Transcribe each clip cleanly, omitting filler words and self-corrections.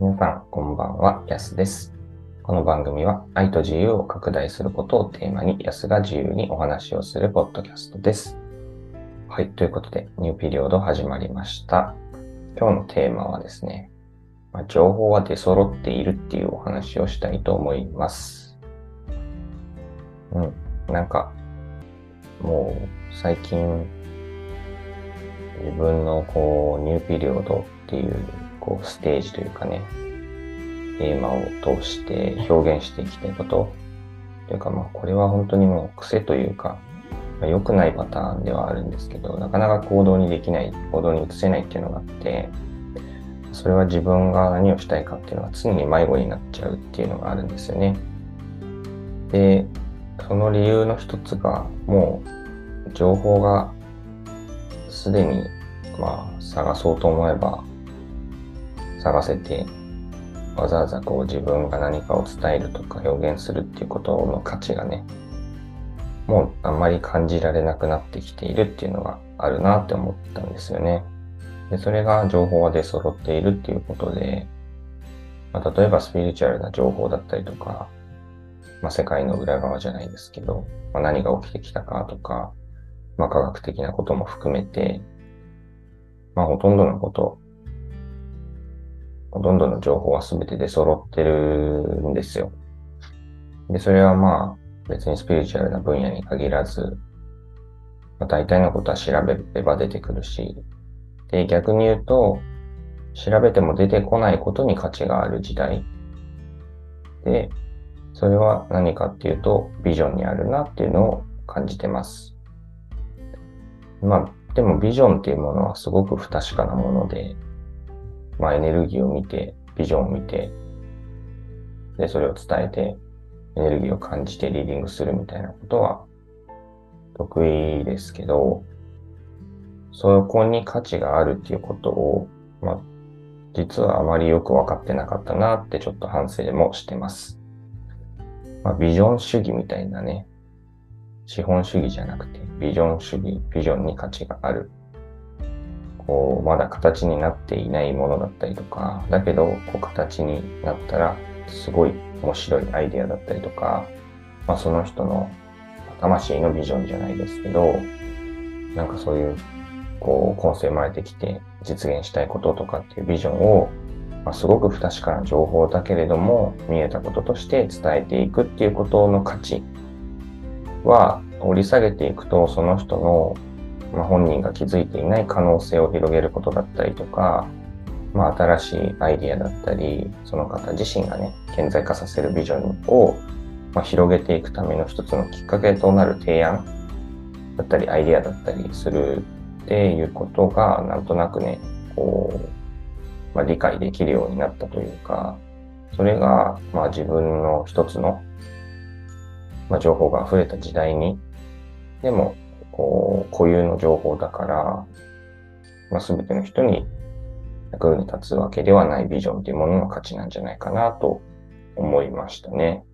皆さん、こんばんは、やすです。この番組は、愛と自由を拡大することをテーマに、やすが自由にお話をするポッドキャストです。はい、ということで、ニューピリオド始まりました。今日のテーマはですね、情報は出揃っているっていうお話をしたいと思います。なんか、もう最近、自分のニューピリオドっていう、ステージというかね、テーマを通して表現していきたいことというか、これは本当にもう癖というか、良くないパターンではあるんですけど、なかなか行動にできない、行動に移せないっていうのがあって、それは自分が何をしたいかっていうのが常に迷子になっちゃうっていうのがあるんですよね。で、その理由の一つが、もう情報がすでに探そうと思えば探せて、わざわざ自分が何かを伝えるとか表現するっていうことの価値がね、もうあんまり感じられなくなってきているっていうのがあるなって思ったんですよね。で、それが情報は出揃っているっていうことで、例えばスピリチュアルな情報だったりとか、世界の裏側じゃないですけど、何が起きてきたかとか、科学的なことも含めて、ほとんどのこと、ほとんどの情報は全て出揃ってるんですよ。で、それは別にスピリチュアルな分野に限らず、大体のことは調べれば出てくるし、で、逆に言うと、調べても出てこないことに価値がある時代。で、それは何かっていうと、ビジョンにあるなっていうのを感じてます。でもビジョンっていうものはすごく不確かなもので、エネルギーを見て、ビジョンを見て、で、それを伝えて、エネルギーを感じてリーディングするみたいなことは得意ですけど、そこに価値があるっていうことを、実はあまりよく分かってなかったなってちょっと反省もしてます。ビジョン主義みたいなね、資本主義じゃなくて、ビジョン主義、ビジョンに価値がある。まだ形になっていないものだったりとか、だけど、形になったら、すごい面白いアイデアだったりとか、その人の魂のビジョンじゃないですけど、なんかそういう、今世生まれてきて実現したいこととかっていうビジョンを、すごく不確かな情報だけれども、見えたこととして伝えていくっていうことの価値は、掘り下げていくと、その人の、本人が気づいていない可能性を広げることだったりとか、新しいアイディアだったり、その方自身がね、顕在化させるビジョンを、広げていくための一つのきっかけとなる提案だったり、アイディアだったりするっていうことが、なんとなくね、理解できるようになったというか、それが、自分の一つの、情報が溢れた時代に、でも、固有の情報だから、全ての人に役に立つわけではないビジョンというものの価値なんじゃないかなと思いましたね。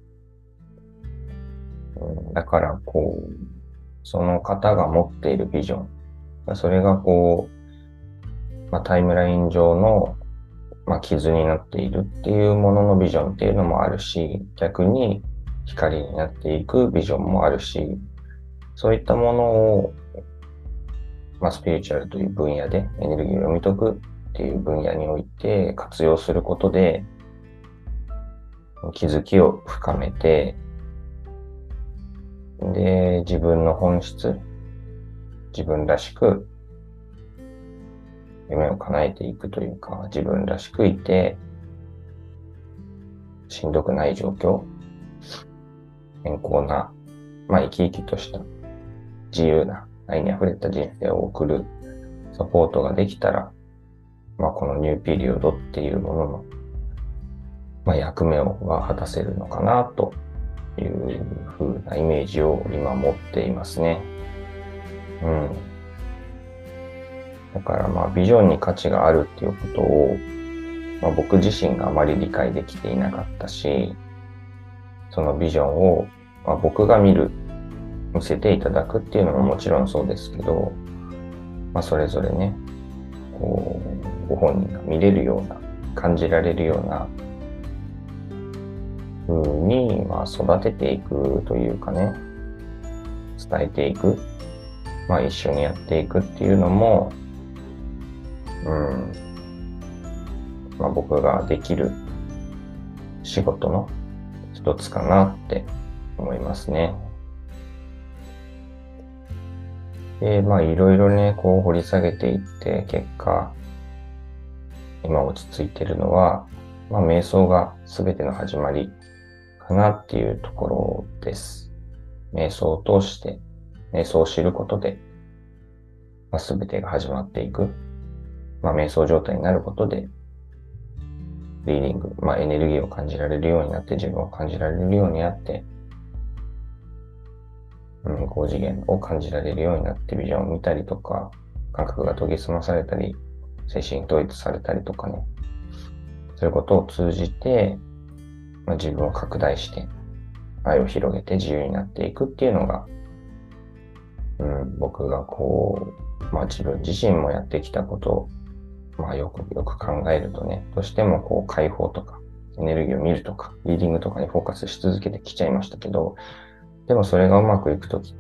だから、その方が持っているビジョン、それがタイムライン上の、傷になっているっていうもののビジョンっていうのもあるし、逆に光になっていくビジョンもあるし、そういったものを、スピリチュアルという分野でエネルギーを読み解くっていう分野において活用することで、気づきを深めて、で、自分の本質、自分らしく夢を叶えていくというか、自分らしくいて、しんどくない状況、健康な、生き生きとした自由な愛に溢れた人生を送るサポートができたら、このニューピリオドっていうものの、役目を果たせるのかなという風なイメージを今持っていますね。だからビジョンに価値があるっていうことを、僕自身があまり理解できていなかったし、そのビジョンを、僕が見せていただくっていうのももちろんそうですけど、それぞれね、ご本人が見れるような感じられるような風に、育てていくというかね、伝えていく、一緒にやっていくっていうのも、僕ができる仕事の一つかなって思いますね。で、いろいろね、こう掘り下げていって、結果、今落ち着いてるのは、瞑想が全ての始まりかなっていうところです。瞑想を通して、瞑想を知ることで、全てが始まっていく。瞑想状態になることで、リーディング、エネルギーを感じられるようになって、自分を感じられるようになって、高次元を感じられるようになって、ビジョンを見たりとか、感覚が研ぎ澄まされたり、精神統一されたりとかね、そういうことを通じて、自分を拡大して、愛を広げて自由になっていくっていうのが、僕が自分自身もやってきたことを、よく考えるとね、どうしても解放とか、エネルギーを見るとか、リーディングとかにフォーカスし続けてきちゃいましたけど、でもそれがうまくいくときって、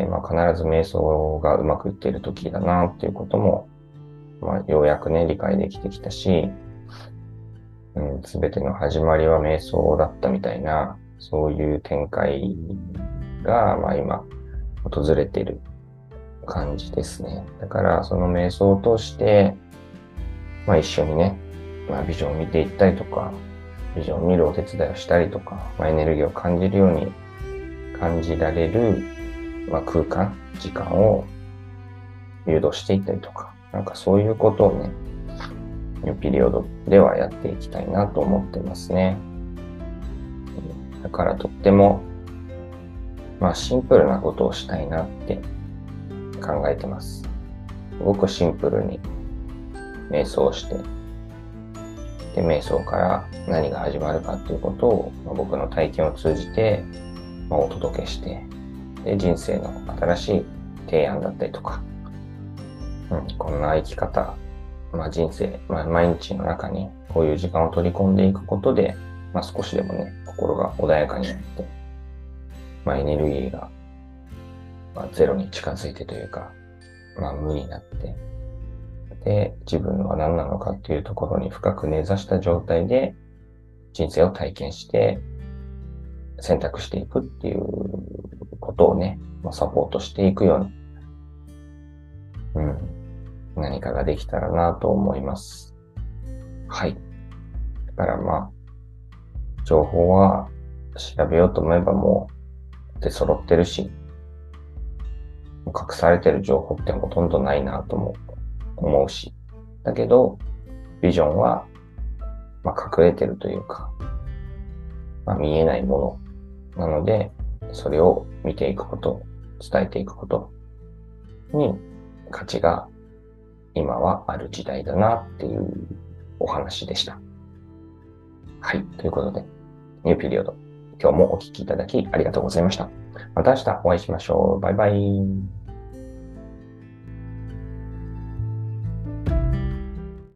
必ず瞑想がうまくいっているときだなっていうことも、ようやくね、理解できてきたし、すべての始まりは瞑想だったみたいな、そういう展開が、今、訪れている感じですね。だから、その瞑想を通して、一緒にね、ビジョンを見ていったりとか、ビジョンを見るお手伝いをしたりとか、エネルギーを感じるように感じられる、空間、時間を誘導していったりとか、そういうことをね、ニューピリオドではやっていきたいなと思ってますね。だからとっても、シンプルなことをしたいなって考えてます。すごくシンプルに瞑想して、で、瞑想から何が始まるかっていうことを、僕の体験を通じて、お届けして、で、人生の新しい提案だったりとか、こんな生き方、人生、毎日の中にこういう時間を取り込んでいくことで、少しでもね、心が穏やかになって、エネルギーが、ゼロに近づいてというか、無になって、で、自分は何なのかっていうところに深く根ざした状態で人生を体験して選択していくっていうことをね、サポートしていくように、何かができたらなと思います。はい。だから情報は調べようと思えばもう出揃ってるし、隠されてる情報ってほとんどないなとも思うし。だけど、ビジョンは、隠れてるというか、見えないものなので、それを見ていくこと、伝えていくことに価値が今はある時代だなっていうお話でした。はい。ということで、ニューピリオド、今日もお聞きいただきありがとうございました。また明日お会いしましょう。バイバイ。